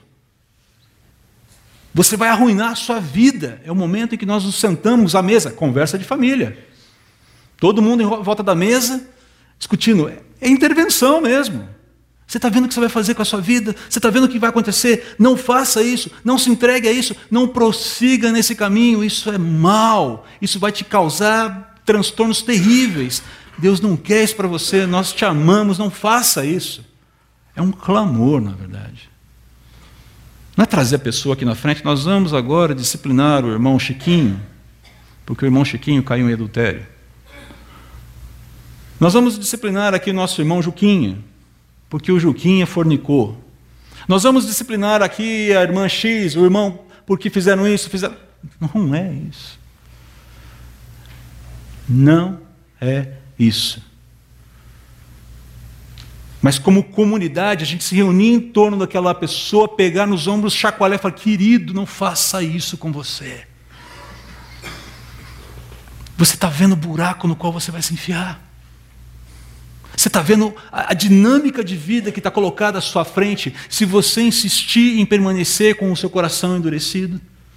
Você vai arruinar a sua vida. É o momento em que nós nos sentamos à mesa, conversa de família. Todo mundo em volta da mesa, discutindo. É intervenção mesmo. Você está vendo o que você vai fazer com a sua vida? Você está vendo o que vai acontecer? Não faça isso, não se entregue a isso, não prossiga nesse caminho, isso é mal, isso vai te causar transtornos terríveis. Deus não quer isso para você, nós te amamos, não faça isso. É um clamor, na verdade. Não é trazer a pessoa aqui na frente, nós vamos agora disciplinar o irmão Chiquinho. porque o irmão Chiquinho caiu em adultério. Nós vamos disciplinar aqui o nosso irmão Juquinha, porque o Juquinha fornicou. Nós vamos disciplinar aqui a irmã X, o irmão, porque fizeram isso, fizeram... Não é isso. Não é isso. Mas como comunidade, a gente se reunir em torno daquela pessoa, pegar nos ombros, chacoalhar e falar: querido, não faça isso com você. Você está vendo o buraco no qual você vai se enfiar. Você está vendo a dinâmica de vida que está colocada à sua frente, se você insistir em permanecer com o seu coração endurecido.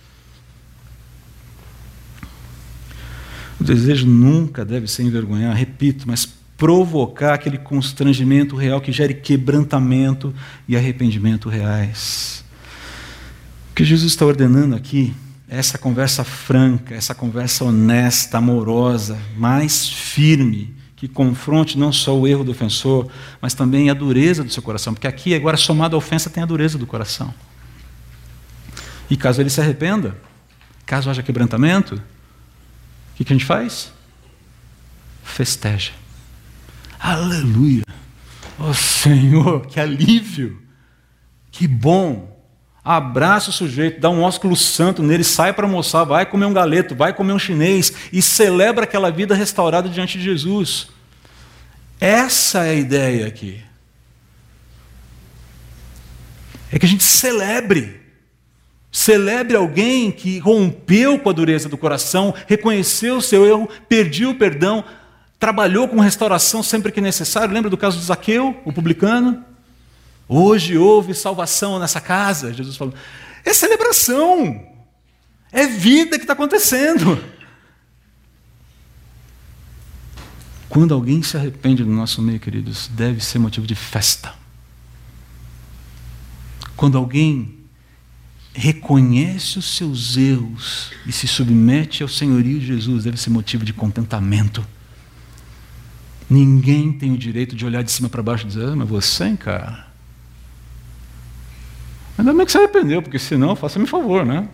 O desejo nunca deve ser envergonhar, repito, mas provocar aquele constrangimento real que gere quebrantamento e arrependimento reais. O que Jesus está ordenando aqui é essa conversa franca, essa conversa honesta, amorosa, mais firme, que confronte não só o erro do ofensor, mas também a dureza do seu coração, porque aqui, agora, somado à ofensa, tem a dureza do coração. E caso ele se arrependa, caso haja quebrantamento, o que a gente faz? Festeja. Aleluia! Oh Senhor, que alívio! Que bom! Abraça o sujeito, dá um ósculo santo nele, sai para almoçar, vai comer um galeto, vai comer um chinês e celebra aquela vida restaurada diante de Jesus. Essa é a ideia aqui. É que a gente celebre. Celebre alguém que rompeu com a dureza do coração, reconheceu o seu erro, pediu o perdão, trabalhou com restauração sempre que necessário. Lembra do caso de Zaqueu, o publicano? Hoje houve salvação nessa casa, Jesus falou. É celebração, é vida que está acontecendo. Quando alguém se arrepende no nosso meio, queridos, deve ser motivo de festa. Quando alguém reconhece os seus erros e se submete ao senhorio de Jesus, deve ser motivo de contentamento. Ninguém tem o direito de olhar de cima para baixo e dizer: mas você, hein, cara? Ainda bem que você arrependeu, porque senão, faça-me um favor, né?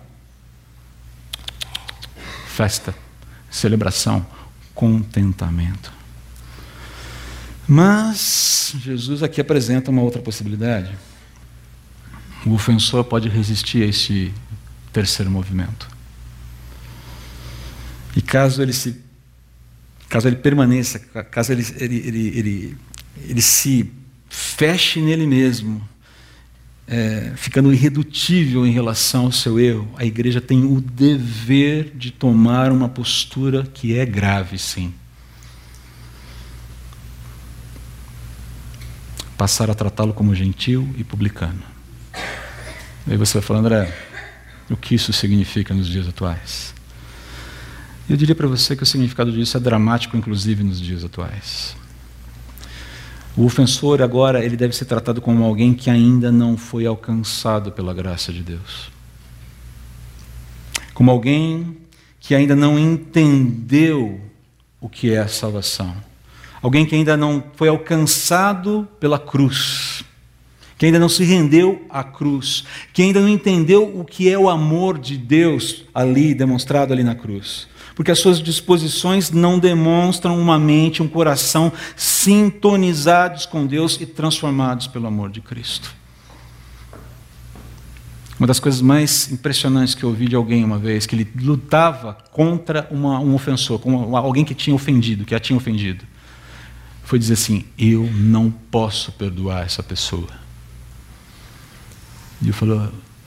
Festa, celebração, contentamento. Mas Jesus aqui apresenta uma outra possibilidade. O ofensor pode resistir a esse terceiro movimento. E caso ele permaneça, caso ele se feche nele mesmo, ficando irredutível em relação ao seu erro, a igreja tem o dever de tomar uma postura que é grave, sim. Passar a tratá-lo como gentil e publicano. Aí você vai falar: André, o que isso significa nos dias atuais? Eu diria para você que o significado disso é dramático, inclusive nos dias atuais. O ofensor agora, ele deve ser tratado como alguém que ainda não foi alcançado pela graça de Deus. Como alguém que ainda não entendeu o que é a salvação. Alguém que ainda não foi alcançado pela cruz. Que ainda não se rendeu à cruz. Que ainda não entendeu o que é o amor de Deus ali, demonstrado ali na cruz. Porque as suas disposições não demonstram uma mente, um coração sintonizados com Deus e transformados pelo amor de Cristo. Uma das coisas mais impressionantes que eu ouvi de alguém uma vez, que ele lutava contra um ofensor, com alguém que tinha ofendido, que a tinha ofendido, foi dizer assim: eu não posso perdoar essa pessoa. E eu falei: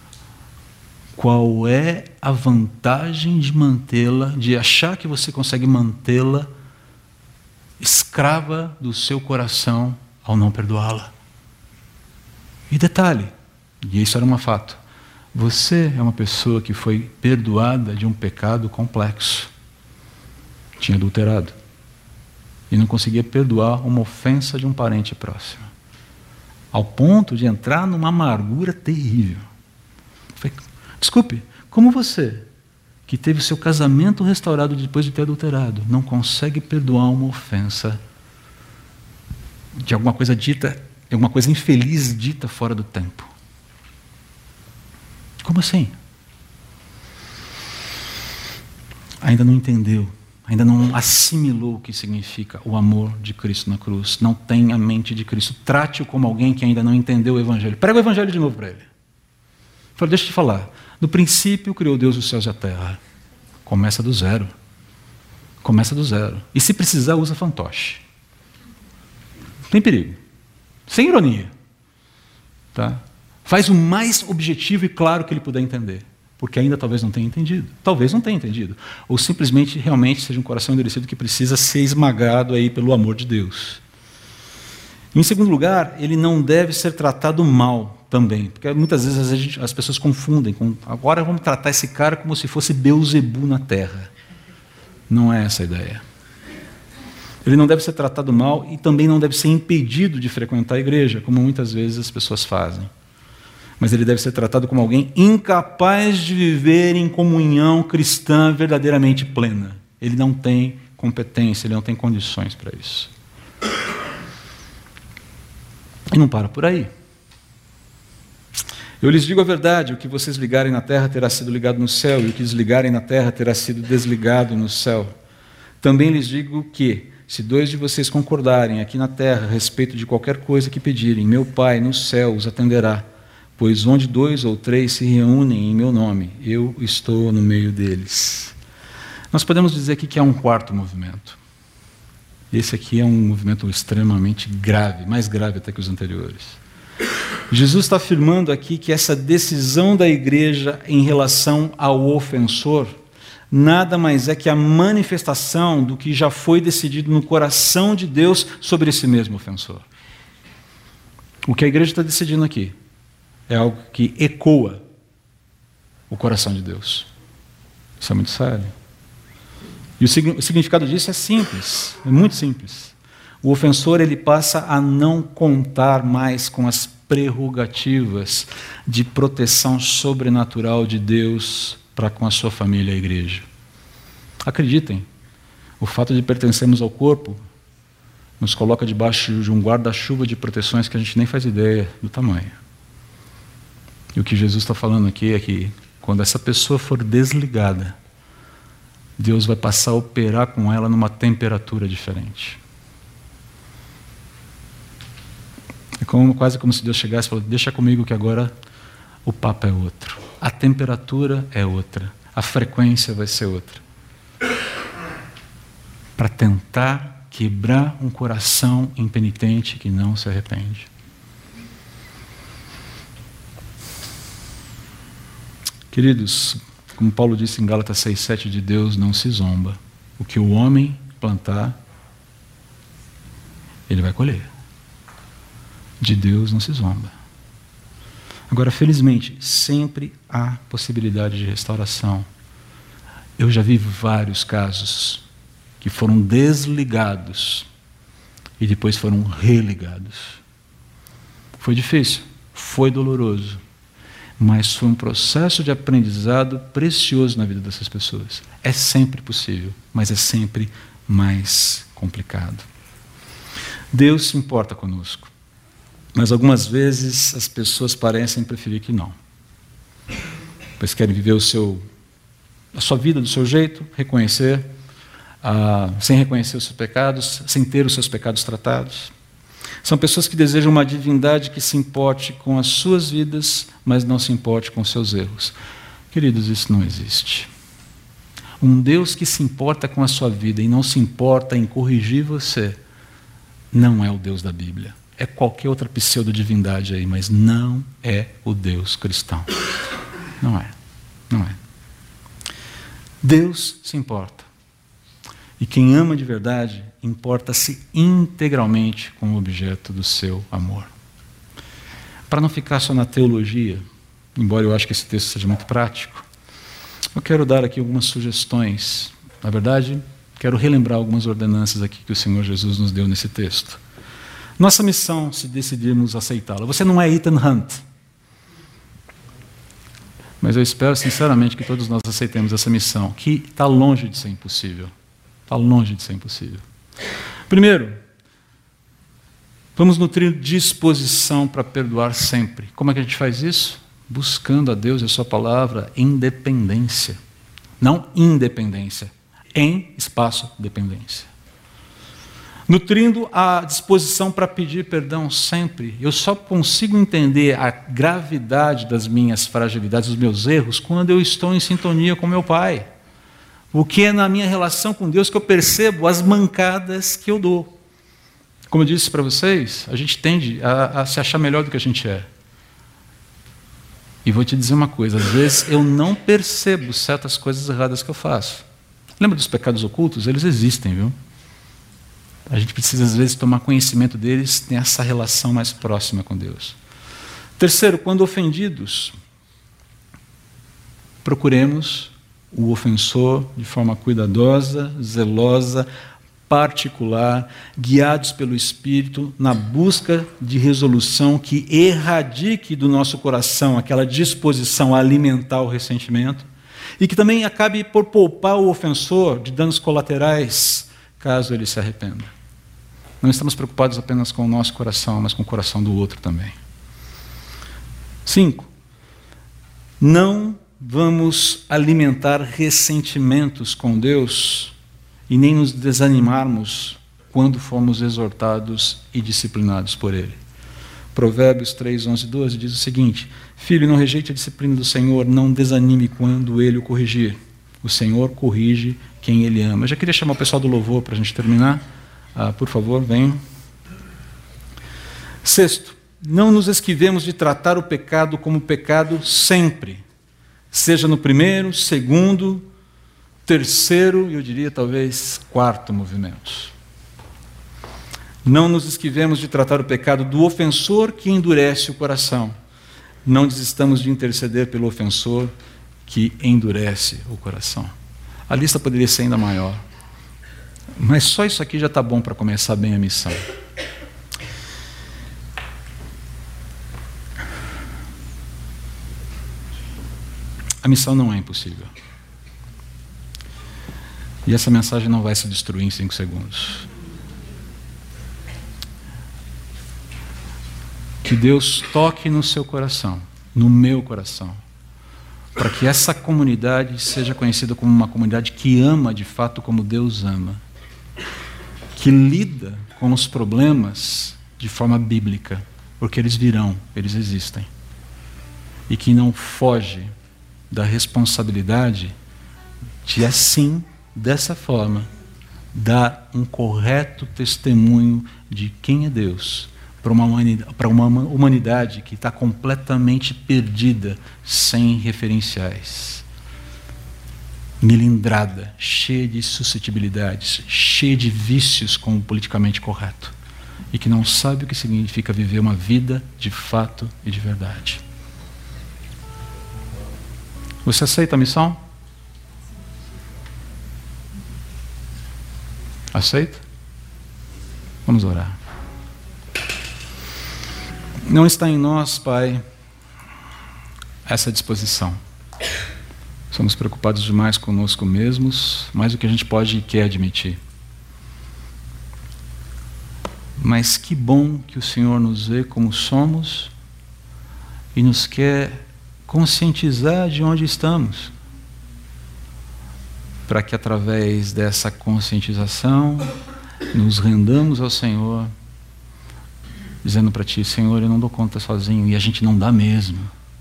qual é a vantagem de mantê-la, de achar que você consegue mantê-la escrava do seu coração ao não perdoá-la? E detalhe, e isso era um fato, você é uma pessoa que foi perdoada de um pecado complexo. Tinha adulterado. E não conseguia perdoar uma ofensa de um parente próximo. Ao ponto de entrar numa amargura terrível. Falei: desculpe, como você, que teve o seu casamento restaurado depois de ter adulterado, não consegue perdoar uma ofensa de alguma coisa dita, alguma coisa infeliz dita fora do tempo? Como assim? ainda não entendeu, ainda não assimilou o que significa o amor de Cristo na cruz, não tem a mente de Cristo, trate-o como alguém que ainda não entendeu o Evangelho. Prega o Evangelho de novo para ele. Fala, deixa eu te falar, no princípio criou Deus os céus e a terra. Começa do zero. Começa do zero. E se precisar, usa fantoche. Tem perigo. Sem ironia. Tá? Faz o mais objetivo e claro que ele puder entender. Porque ainda talvez não tenha entendido. Talvez não tenha entendido. Ou simplesmente, realmente, seja um coração endurecido que precisa ser esmagado aí pelo amor de Deus. Em segundo lugar, ele não deve ser tratado mal também. Porque muitas vezes as pessoas confundem. Agora vamos tratar esse cara como se fosse Beelzebu na terra. Não é essa a ideia. Ele não deve ser tratado mal e também não deve ser impedido de frequentar a igreja, como muitas vezes as pessoas fazem. Mas ele deve ser tratado como alguém incapaz de viver em comunhão cristã verdadeiramente plena. Ele não tem competência, ele não tem condições para isso. E não para por aí. Eu lhes digo a verdade, o que vocês ligarem na terra terá sido ligado no céu, e o que desligarem na terra terá sido desligado no céu. Também lhes digo que, se 2 de vocês concordarem aqui na terra a respeito de qualquer coisa que pedirem, meu Pai no céu os atenderá. Pois onde 2 ou 3 se reúnem em meu nome, eu estou no meio deles. Nós podemos dizer aqui que há um quarto movimento. Esse aqui é um movimento extremamente grave, mais grave até que os anteriores. Jesus está afirmando aqui que essa decisão da igreja em relação ao ofensor nada mais é que a manifestação do que já foi decidido no coração de Deus sobre esse mesmo ofensor. O que a igreja está decidindo aqui é algo que ecoa o coração de Deus. Isso é muito sério. E o significado disso é simples, é muito simples. O ofensor ele passa a não contar mais com as prerrogativas de proteção sobrenatural de Deus para com a sua família e a igreja. Acreditem, o fato de pertencermos ao corpo nos coloca debaixo de um guarda-chuva de proteções que a gente nem faz ideia do tamanho. E o que Jesus está falando aqui é que quando essa pessoa for desligada, Deus vai passar a operar com ela numa temperatura diferente. É quase como se Deus chegasse e falasse, deixa comigo que agora o papo é outro. A temperatura é outra. A frequência vai ser outra. Para tentar quebrar um coração impenitente que não se arrepende. Queridos, como Paulo disse em Gálatas 6,7, de Deus não se zomba. O que o homem plantar, ele vai colher. De Deus não se zomba. Agora, felizmente, sempre há possibilidade de restauração. Eu já vi vários casos que foram desligados e depois foram religados. Foi difícil, foi doloroso. Mas foi um processo de aprendizado precioso na vida dessas pessoas. É sempre possível, mas é sempre mais complicado. Deus se importa conosco, mas algumas vezes as pessoas parecem preferir que não. Pois querem viver a sua vida do seu jeito, sem reconhecer os seus pecados, sem ter os seus pecados tratados. São pessoas que desejam uma divindade que se importe com as suas vidas, mas não se importe com os seus erros. Queridos, isso não existe. Um Deus que se importa com a sua vida e não se importa em corrigir você, não é o Deus da Bíblia. É qualquer outra pseudo-divindade aí, mas não é o Deus cristão. Não é. Não é. Deus se importa. E quem ama de verdade, importa-se integralmente com o objeto do seu amor. Para não ficar só na teologia, embora eu acho que esse texto seja muito prático, eu quero dar aqui algumas sugestões. Na verdade, quero relembrar algumas ordenanças aqui que o Senhor Jesus nos deu nesse texto. Nossa missão, se decidirmos aceitá-la. Você não é Ethan Hunt. Mas eu espero sinceramente que todos nós aceitemos essa missão, que está longe de ser impossível. Está longe de ser impossível. Primeiro, vamos nutrir disposição para perdoar sempre. Como é que a gente faz isso? Buscando a Deus e a sua palavra independência. não independência, em espaço-dependência. Nutrindo a disposição para pedir perdão sempre. Eu só consigo entender a gravidade das minhas fragilidades, dos meus erros, quando eu estou em sintonia com meu Pai. Porque é na minha relação com Deus que eu percebo as mancadas que eu dou. Como eu disse para vocês, a gente tende a se achar melhor do que a gente é. E vou te dizer uma coisa, às vezes eu não percebo certas coisas erradas que eu faço. Lembra dos pecados ocultos? Eles existem, viu? A gente precisa, às vezes, tomar conhecimento deles, ter essa relação mais próxima com Deus. Terceiro, quando ofendidos, procuremos o ofensor de forma cuidadosa, zelosa, particular, guiados pelo Espírito, na busca de resolução que erradique do nosso coração aquela disposição a alimentar o ressentimento e que também acabe por poupar o ofensor de danos colaterais, caso ele se arrependa. Não estamos preocupados apenas com o nosso coração, mas com o coração do outro também. 5. Não vamos alimentar ressentimentos com Deus e nem nos desanimarmos quando formos exortados e disciplinados por Ele. Provérbios 3, 11 e 12 diz o seguinte: Filho, não rejeite a disciplina do Senhor, não desanime quando Ele o corrigir. O Senhor corrige quem Ele ama. Eu já queria chamar o pessoal do louvor para a gente terminar. Por favor, venham. 6. Não nos esquivemos de tratar o pecado como pecado sempre. Seja no primeiro, segundo, terceiro e eu diria talvez quarto movimento. Não nos esquivemos de tratar o pecado do ofensor que endurece o coração. Não desistamos de interceder pelo ofensor que endurece o coração. A lista poderia ser ainda maior. Mas só isso aqui já está bom para começar bem a missão. A missão não é impossível. E essa mensagem não vai se destruir em 5 segundos. Que Deus toque no seu coração, no meu coração, para que essa comunidade seja conhecida como uma comunidade que ama de fato como Deus ama, que lida com os problemas de forma bíblica, porque eles virão, eles existem, e que não foge da responsabilidade de assim, dessa forma, dar um correto testemunho de quem é Deus para uma humanidade que está completamente perdida, sem referenciais, melindrada, cheia de suscetibilidades, cheia de vícios com o politicamente correto, e que não sabe o que significa viver uma vida de fato e de verdade. Você aceita a missão? Aceita? Vamos orar. Não está em nós, Pai, essa disposição. Somos preocupados demais conosco mesmos, mais do que a gente pode e quer admitir. Mas que bom que o Senhor nos vê como somos e nos quer conscientizar de onde estamos, para que através dessa conscientização nos rendamos ao Senhor, dizendo para Ti: Senhor, eu não dou conta sozinho, e a gente não dá mesmo.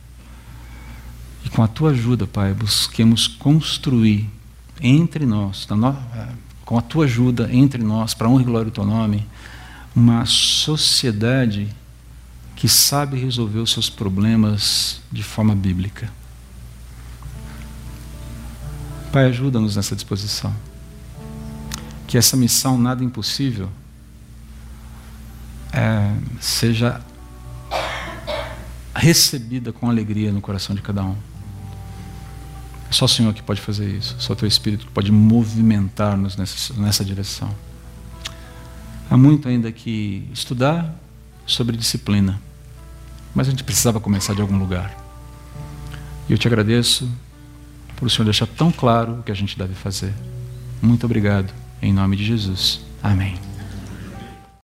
E com a Tua ajuda, Pai, busquemos construir entre nós, com a Tua ajuda entre nós, para a honra e glória do Teu nome, uma sociedade que sabe resolver os seus problemas de forma bíblica. Pai, ajuda-nos nessa disposição. Que essa missão nada impossível seja recebida com alegria no coração de cada um. É só o Senhor que pode fazer isso. Só o Teu Espírito que pode movimentar-nos nessa direção. Há muito ainda que estudar sobre disciplina, mas a gente precisava começar de algum lugar. E eu Te agradeço por o Senhor deixar tão claro o que a gente deve fazer. Muito obrigado, em nome de Jesus. Amém.